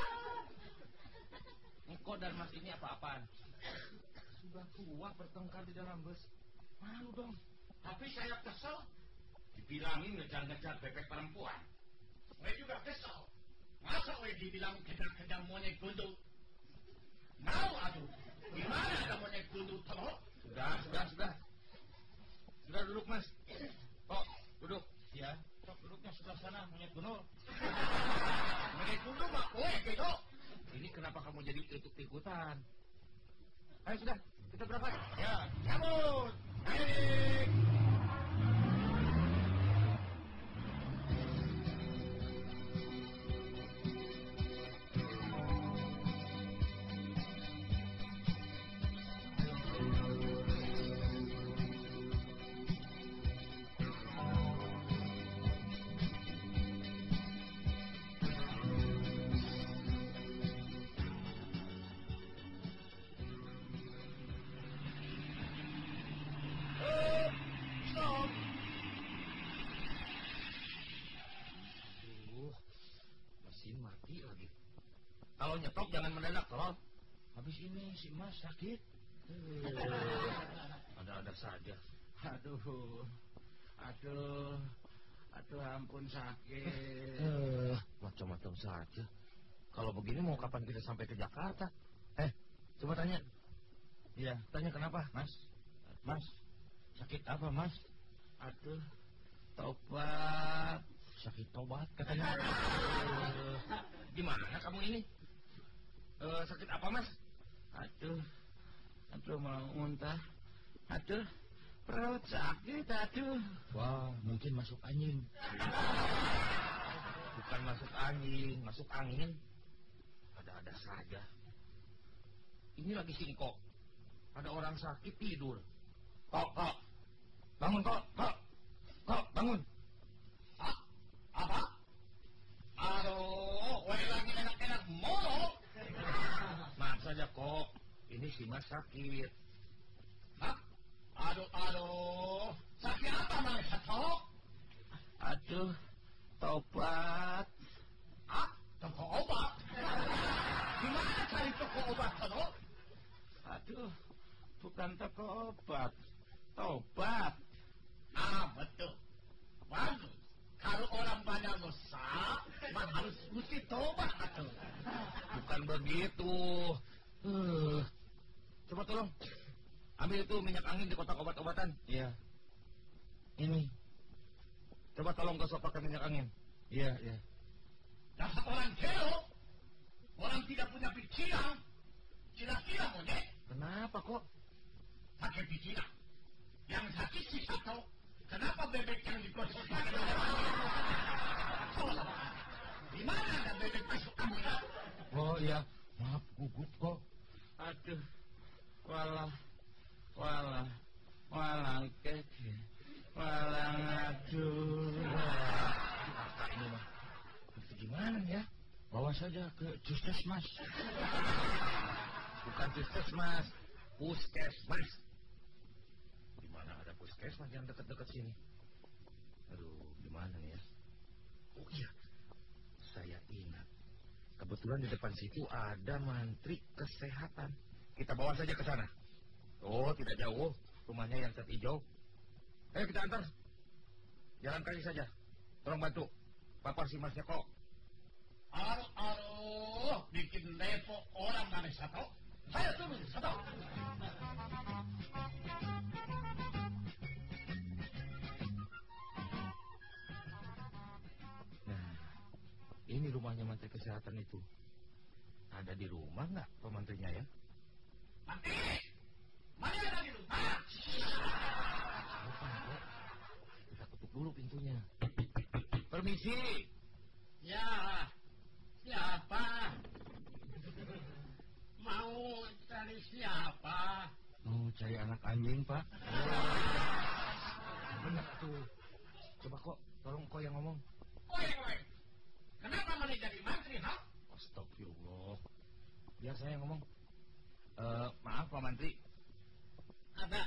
Engkau dan Mas ini apa-apaan? Sudah tua bertengkar di dalam bus. Malu dong.
Tapi saya kesel. Dibilangin ngejar-ngejar bebek perempuan. Saya juga kesel. Masa saya dibilang kejar-kejar monyet gundul? Mau aduh. Gimana ada monyet gundul terus?
Sudah, sudah, sudah. Sudah duduk, Mas. Kok, duduk.
Ya, kok duduknya sebelah sana monyet gundul. Monyet gundul mah kue gitu.
Ini kenapa kamu jadi ikut-ikutan? Ayo sudah, kita berangkat.
Ya, cabut. Naik.
Kalau nyetop jangan mendadak, tolong.
Habis ini si Mas sakit.
Ada-ada saja.
Aduh, aduh, aduh ampun sakit.
Eh, macam-macam saja. Kalau begini mau kapan kita sampai ke Jakarta? Eh, coba tanya.
Iya,
Tanya kenapa?
Mas. Mas, sakit apa, Mas?
Aduh, tobat.
Sakit tobat katanya. Eh, gimana kamu ini? Eh, sakit apa, Mas?
Aduh, aduh mau muntah. Aduh, perut sakit, aduh.
Wah, mungkin masuk angin.
Bukan masuk angin, masuk angin. Ada-ada saja. Ini lagi singkok. Ada orang sakit tidur. Kok, kok. Bangun, kok, kok. Kok, bangun.
Ah, apa? Aduh, gue lagi enak-enak mulu.
Maaf saja, kok. Ini si Mas sakit.
Hah? Aduh, aduh. Sakit apa, Mang Sato?
Aduh, tobat.
Ah, toko obat. Gimana cari toko obat, Sato?
Aduh, bukan toko obat. Tobat.
Ah, betul. Bagus. Kalau orang banyak dosa, mah harus mesti tobat, atuh.
Bukan begitu. Uh, coba tolong. Ambil itu minyak angin di kotak obat-obatan.
Iya. Ini.
Coba tolong gosok pakai minyak angin.
Iya, iya.
Dasar orang gelo. Orang tidak punya pikiran. Kira-kira monyet.
Kenapa kok?
Pakai pikiran. Yang sakit si Sato. Kenapa bebek yang digosok pakai oh, di mana ada bebek masuk kamu ya?
Oh iya, maaf gugup kok.
Aduh, walah, walah, walang keke, walang aduh.
Apa ini mah? Itu gimana ya?
Bawa saja ke puskesmas.
Bukan puskesmas, puskesmas. Di mana ada puskesmas yang dekat-dekat sini? Aduh, gimana nih ya? Oh iya, saya ingat. Kebetulan di depan situ ada mantri kesehatan. Kita bawa saja ke sana. Oh, tidak jauh. Rumahnya yang cat hijau. Ayo kita antar. Jalan kaki saja. Tolong bantu. Papar si Masnya kok.
Aduh, aduh, bikin lepo orang dari Sato. Saya turun, Sato.
Nah, ini rumahnya Menteri Kesehatan itu. Ada di rumah nggak pementerinya ya?
Mantri, mana ada di rumah?
Lupa kok. Kita ketuk dulu pintunya. Permisi.
Ya, siapa? Mau cari siapa?
Mau cari anak anjing, Pak.
Benar tuh. Coba kok, tolong kok yang ngomong.
Oi, oi. Kenapa mana jadi mantri, ha?
Astagfirullah. Biar saya ngomong. Eh, maaf Pak Mantri.
Ada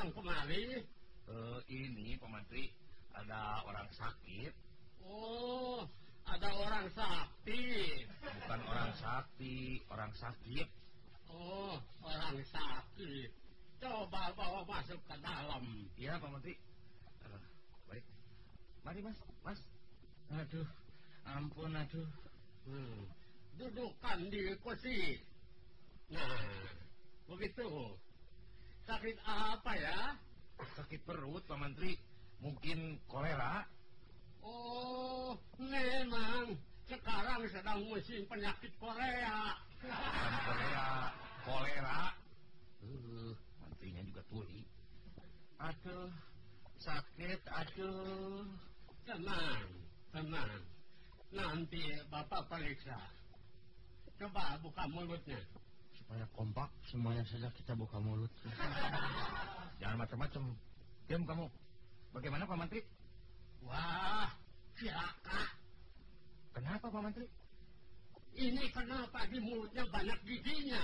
datang kemari?
Eh, ini Pak Mantri, ada orang sakit.
Oh, ada orang sakti.
Bukan orang sakti, orang sakit.
Oh, orang sakit. Coba bawa masuk ke dalam.
Iya Pak Mantri. Eh, baik. Mari Mas, Mas.
Aduh, ampun, aduh.
Hmm. Dudukkan di kursi. Nah, begitu. Sakit apa ya?
Sakit perut Pak Mantri. Mungkin kolera.
Oh, memang sekarang sedang musim penyakit Korea.
Bukan kolera, kolera. Uh, Mantrinya juga tuli.
Aduh, sakit, aduh.
Tenang, tenang. Nanti Bapak periksa. Coba buka mulutnya.
Supaya kompak, semuanya saja kita buka mulut.
Jangan macam-macam. Diam kamu. Bagaimana Pak Mantri?
Wah, silakan.
Kenapa Pak Mantri?
Ini kenapa di mulutnya banyak giginya?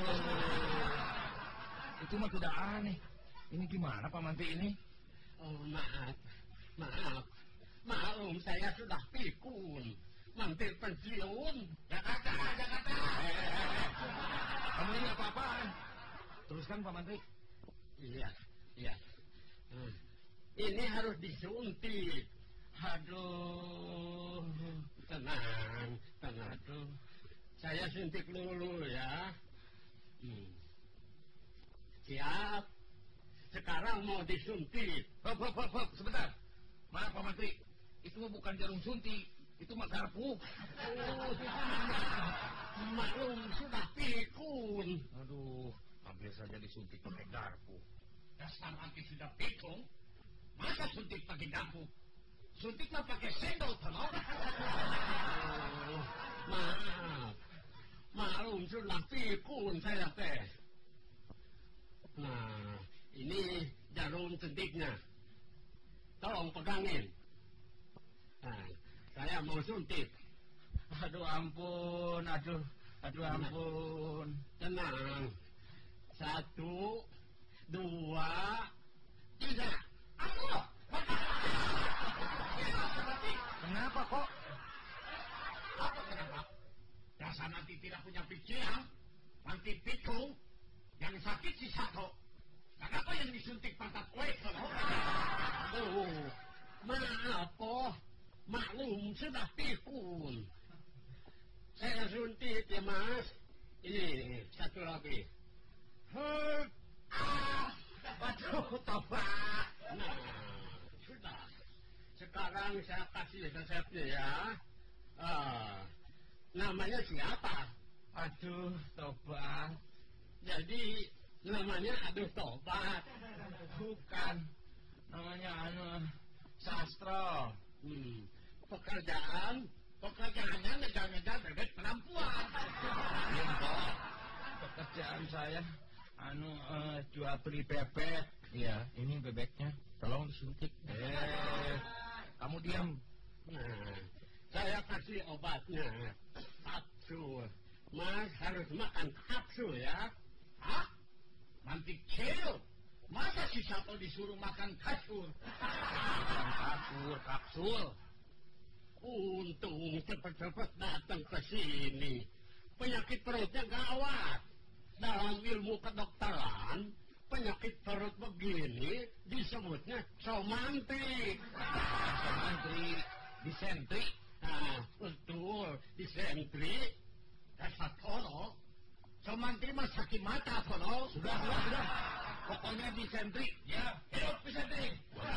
Oh, itu mah tidak aneh. Ini gimana Pak Mantri ini?
Oh, maaf, maaf. Maklum saya sudah pikun. Mampir pensiun.
Jakarta, Jakarta. Kamu ini apa-apaan? Teruskan Pak Mantri.
Iya, iya. Hmm. Ini harus disuntik.
Aduh,
Tenang, tenang. Aduh. Saya suntik dulu ya. Hmm. Siap. Sekarang mau disuntik.
Hop, hop, hop, hop. Sebentar. Maaf Pak Mantri. Itu mah bukan jarum suntik. Itu mah garpu.
Oh, maklum sudah pikun.
Aduh, hampir saja disuntik pakai garpu.
Dasar anti sudah pikun. Masa suntik pakai garpu? Suntik mah pakai sendok, tahu? Oh, maaf. Maklum sudah pikun saya teh. Nah, ini jarum suntiknya. Tolong pegangin. Nah, saya mau suntik.
aduh ampun, aduh, aduh ampun.
Tenang. Satu, dua, tiga. Aduh!
Kenapa kok?
Apa kenapa? Dasar nanti tidak punya pikiran. Nanti pikun. Yang sakit si satu. Kenapa yang disuntik pantat kue? Oh, maaf, oh. Maklum sudah pikun. Saya suntik ya mas. Ini satu lagi. Hup. Ah. Aduh, tobat. Nah, sudah. Sekarang saya kasih resepnya ya. Ah, namanya siapa?
Aduh, tobat.
Jadi namanya aduh tobat.
Bukan, namanya anu sastro.
Hmm. Pekerjaan, pekerjaannya ngejar-ngejar bebek perempuan.
Belum kok. Pekerjaan saya anu eh, jual beli bebek. Iya, ini bebeknya. Tolong disuntik.
Eh, kamu diam.
Nah, saya kasih obatnya. Kapsul. Mas harus makan kapsul ya. Hah? Nanti kecil. Masa si Sato disuruh makan kapsul?
Bukan kapur, kapsul.
Untung cepat-cepat datang ke sini. Penyakit perutnya gawat. Dalam ilmu kedokteran, penyakit perut begini disebutnya somantik.
Mantri, disentri.
Nah, betul, disentri. Dasar tolong. Somantik mah sakit mata, tolong.
Sudah, sudah, sudah. Pokoknya disentri. Ya, hidup disentri.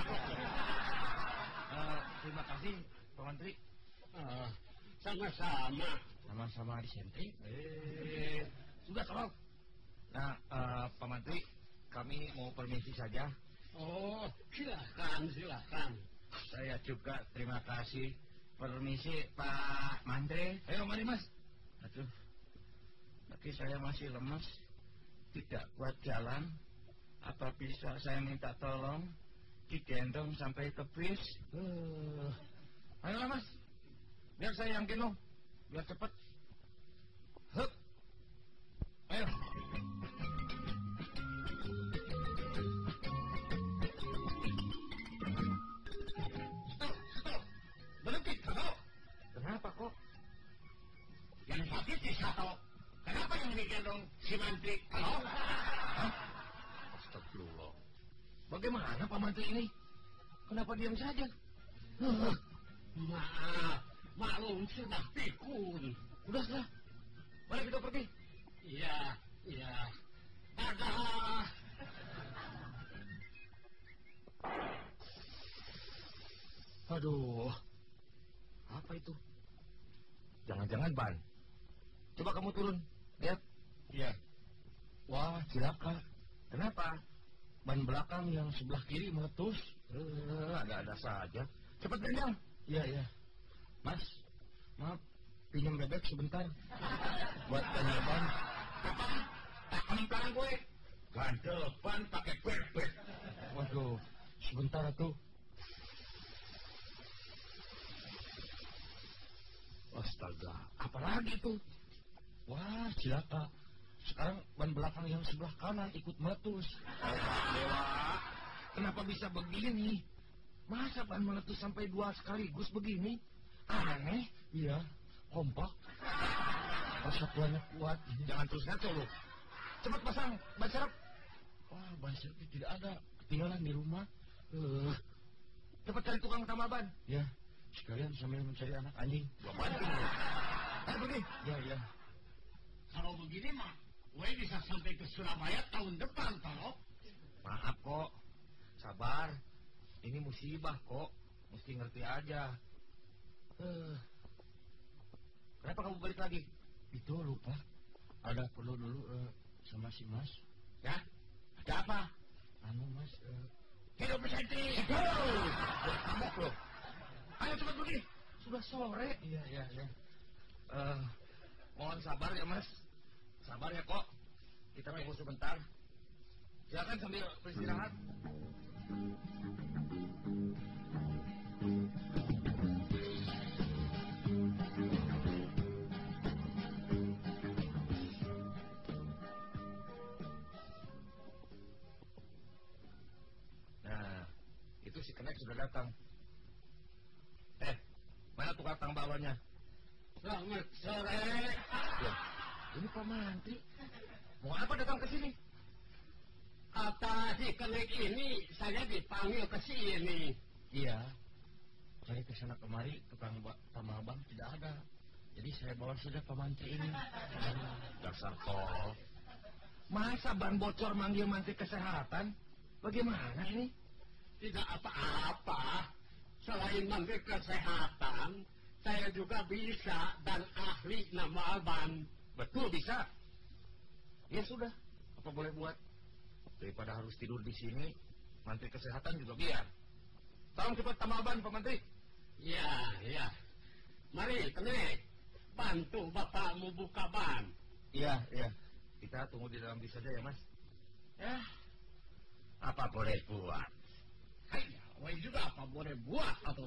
Uh, terima kasih, Pak Mantri.
Uh, sama-sama.
Sama-sama disentri.
Eh, sudah tolong. Nah, uh, Pak Mantri, kami mau permisi saja.
Oh, silakan, silakan.
Saya juga terima kasih. Permisi Pak Mantri.
Ayo, mari Mas.
Aduh, tapi saya masih lemas, tidak kuat jalan. Apa bisa saya minta tolong digendong sampai ke bis?
Uh, ayolah Mas, biar saya yang gendong, biar cepat. Hup. Ayo.
si Mantri. Halo?
Astagfirullah. Bagaimana Pak Mantri ini? Kenapa diam saja? Huh.
Maaf, maklum sudah pikun.
Udah, sudah. Mari kita pergi.
Iya, iya. Dadah.
Aduh. Apa itu? Jangan-jangan ban. Coba kamu turun. Lihat.
Iya.
Wah, cilaka. Kenapa? Ban belakang yang sebelah kiri meletus. Eh, ada-ada saja. Cepat gendang. Iya, iya. Mas, maaf. Pinjam bebek sebentar. Buat tanya ban.
Apa? Tak kamu belakang gue. Gandel ban pakai bebek.
Waduh, sebentar tuh. Astaga, apa lagi tuh? Wah, cilaka. Sekarang ban belakang yang sebelah kanan ikut meletus. Dewa, kenapa bisa begini? Masa ban meletus sampai dua sekaligus begini? Aneh. Iya, kompak. Persatuannya kuat. Jangan terus ngaco lu. Cepat pasang ban serep. Wah, ban serepnya tidak ada. Ketinggalan di rumah. Uh. Cepat cari tukang tambal ban. Ya, sekalian sambil mencari anak anjing. Gua banting lu. Ayo pergi. Ya, ya.
Kalau begini mah, gue bisa sampai ke Surabaya tahun depan, toh.
Maaf kok. Sabar. Ini musibah kok. Mesti ngerti aja. Uh. Kenapa kamu balik lagi? Itu lupa. Ada perlu dulu uh, sama si Mas.
Ya? Ada apa?
Anu Mas. Uh...
Hidup pesantren.
Hidup. Kamu loh. Ayo cepat pergi. Sudah sore. Iya, iya, iya. Uh, mohon sabar ya Mas. Sabar ya kok. Kita tunggu sebentar. Silakan sambil beristirahat. Nah, itu si Kenek sudah datang. Eh, mana tukang tambalannya?
Selamat sore.
Ya, ini Pak Mantri. Mau apa datang ke sini?
Kata si Kenek ini, saya dipanggil ke sini.
Iya. Saya ke sana kemari, tukang tambal ban tidak ada. Jadi saya bawa saja Pak Mantri ini. Dasar tol. Masa ban bocor manggil Mantri kesehatan? Bagaimana ini?
Tidak apa-apa. Selain menteri kesehatan, saya juga bisa dan ahli nambal ban.
Betul bisa. Ya sudah, apa boleh buat? Daripada harus tidur di sini, Menteri Kesehatan juga biar. Tolong cepat tambal ban, Pak Menteri.
Ya, ya. Mari, Kenek. Bantu bapakmu buka ban.
Iya, iya. Kita tunggu di dalam bis saja ya, Mas.
Ya,
Apa boleh buat?
hai, woi juga apa boleh buat atau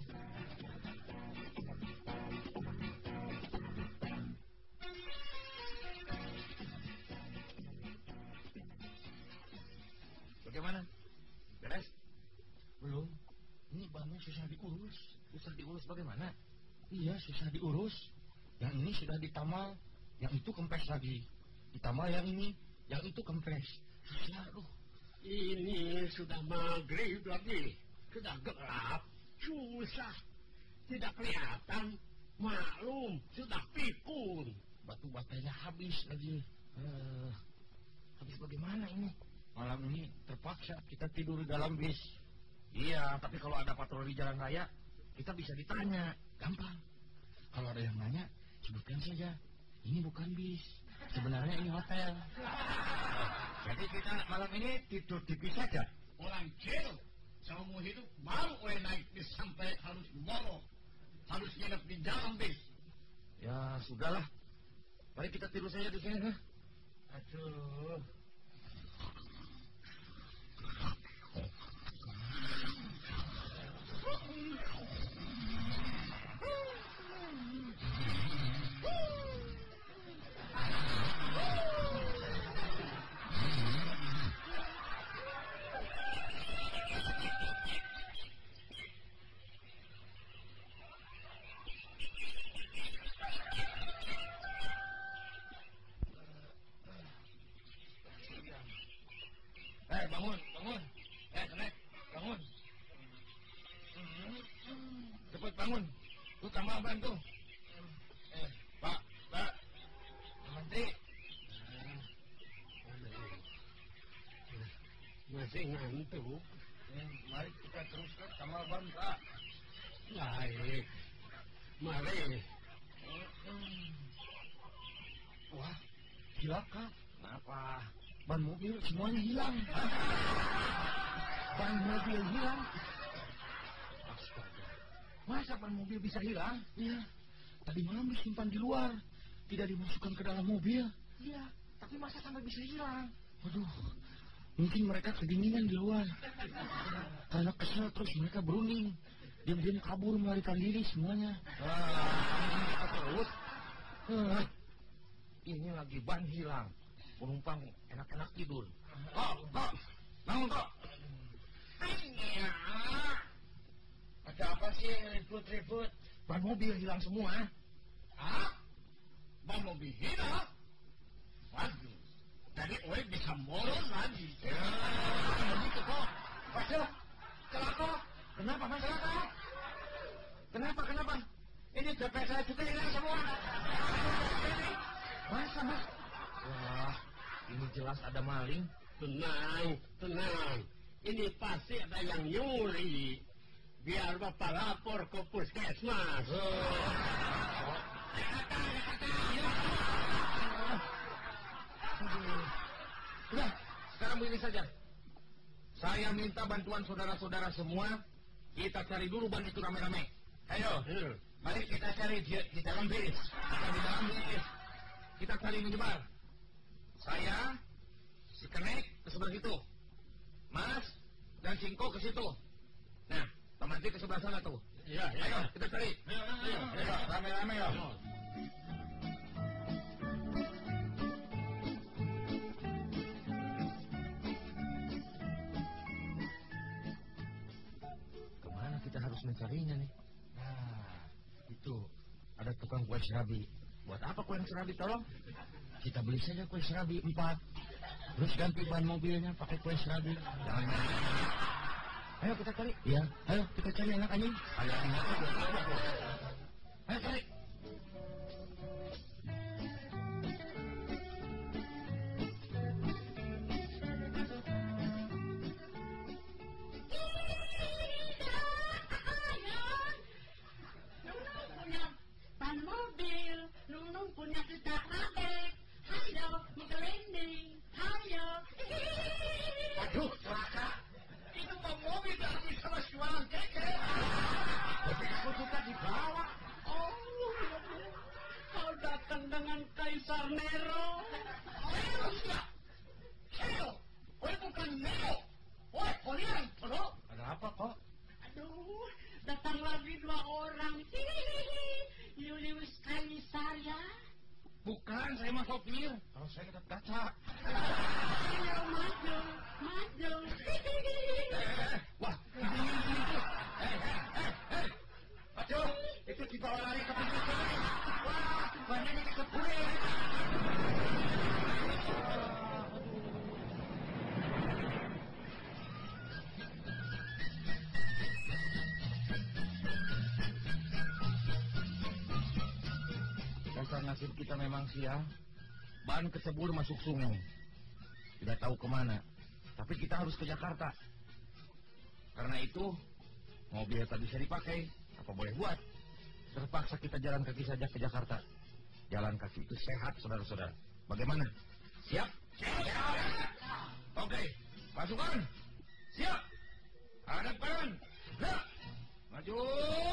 Bagaimana? Beres? Belum. Ini bannya susah diurus. Susah diurus bagaimana? Iya, susah diurus. Yang ini sudah ditamal, yang itu kempes lagi. Ditamal yang ini, yang itu kempes. Susah, aduh.
ini sudah maghrib lagi, sudah gelap, susah, tidak kelihatan, maklum, sudah pikun.
Batu batanya habis lagi. Uh, habis bagaimana ini? Malam ini terpaksa kita tidur di dalam bis. Iya, tapi kalau ada patroli jalan raya, kita bisa ditanya. Gampang. Kalau ada yang nanya, sebutkan saja. Ini bukan bis. Sebenarnya ini hotel. Jadi kita malam ini tidur di bis saja.
Orang kecil, seumur hidup baru oleh naik bis sampai harus moro, harus nginep di dalam bis.
Ya, sudahlah. Mari kita tidur saja di sini. Huh? Aduh. bangun. Eh, Kenek, bangun. Cepat bangun. Tuh tambah bantu. Eh, Pak, Pak. Menteri.
Masih ngantuk.
Eh, mari kita teruskan tambah ban, Pak.
Baik. Mari.
Wah, cilaka. Kenapa? Ban mobil semuanya hilang. Ban mobil hilang. Astaga. Masa ban mobil bisa hilang? Iya. Tadi malam disimpan di luar. Tidak dimasukkan ke dalam mobil. Iya. Tapi masa sampai bisa hilang? Waduh. Mungkin mereka kedinginan di luar. Karena kesel terus mereka berunding. Diam-diam kabur melarikan diri semuanya. Ah, terus. Ah. Ini lagi ban hilang. Penumpang enak-enak tidur. Kok, kok, bangun kok. Hanya. Ada apa sih ribut-ribut? Ban mobil hilang semua.
Ah? Ban mobil hilang? Waduh. Tadi Oe bisa moron lagi.
Ya, begitu kok. Waduh, celaka. Kenapa mas celaka? Kenapa, kenapa? Ini dompet saya juga hilang semua. Masa mas? Wah, ini jelas ada maling.
Tenang, tenang. Ini pasti ada yang nyuri. Biar Bapak lapor ke puskesmas.
Sudah, sekarang begini saja. Saya minta bantuan saudara-saudara semua. Kita cari dulu ban itu rame-rame. Ayo, mari kita cari di, di dalam bis. Kita di dalam bis. Kita cari menyebar. Saya, si Kenek ke sebelah situ. Mas dan Singko ke situ. Nah, Pak Menteri ke sebelah sana tuh.
Iya, iya.
Ayo, kita cari. Ayo, ayo, ayo, rame-rame ya. Kemana kita harus mencarinya nih? Nah, itu ada tukang kue serabi. Buat apa kue serabi tolong? Kita beli saja kue serabi empat. Terus ganti ban mobilnya pakai kue serabi. Jangan. Ayo kita cari. Iya. Ayo kita cari anak anjing. Ayo anak anjing. Ayo cari.
Ban mobil, Nunung punya kita kabel. Hayo, menggelinding. Hayo.
Aduh, celaka. Itu ban mobil tak bisa mas jualan keke. Tapi aku suka dibawa.
Oh, kau datang dengan Kaisar Nero.
Nero sudah. Nero, kau bukan Nero. Woi, kalian, halo? Ada apa kok?
Aduh, datang lagi dua orang. Hihihi. Julius Kaisar ya.
Bukan, saya mah sopir. Kalau saya lihat kaca.
Ayo maju, maju.
Eh, wah, ini itu. Eh, eh, eh, eh. Aduh, itu dibawa lari ke pintu sini. Wah, banyak ini keburin. Dasar nasib kita memang sial. Ban kecebur masuk sungai. Tidak tahu kemana. Tapi kita harus ke Jakarta. Karena itu, mobil tak bisa dipakai. Apa boleh buat? Terpaksa kita jalan kaki saja ke Jakarta. Jalan kaki itu sehat, saudara-saudara. Bagaimana? Siap? Siap. Oke, pasukan. Siap. Hadapan. Gerak. Maju.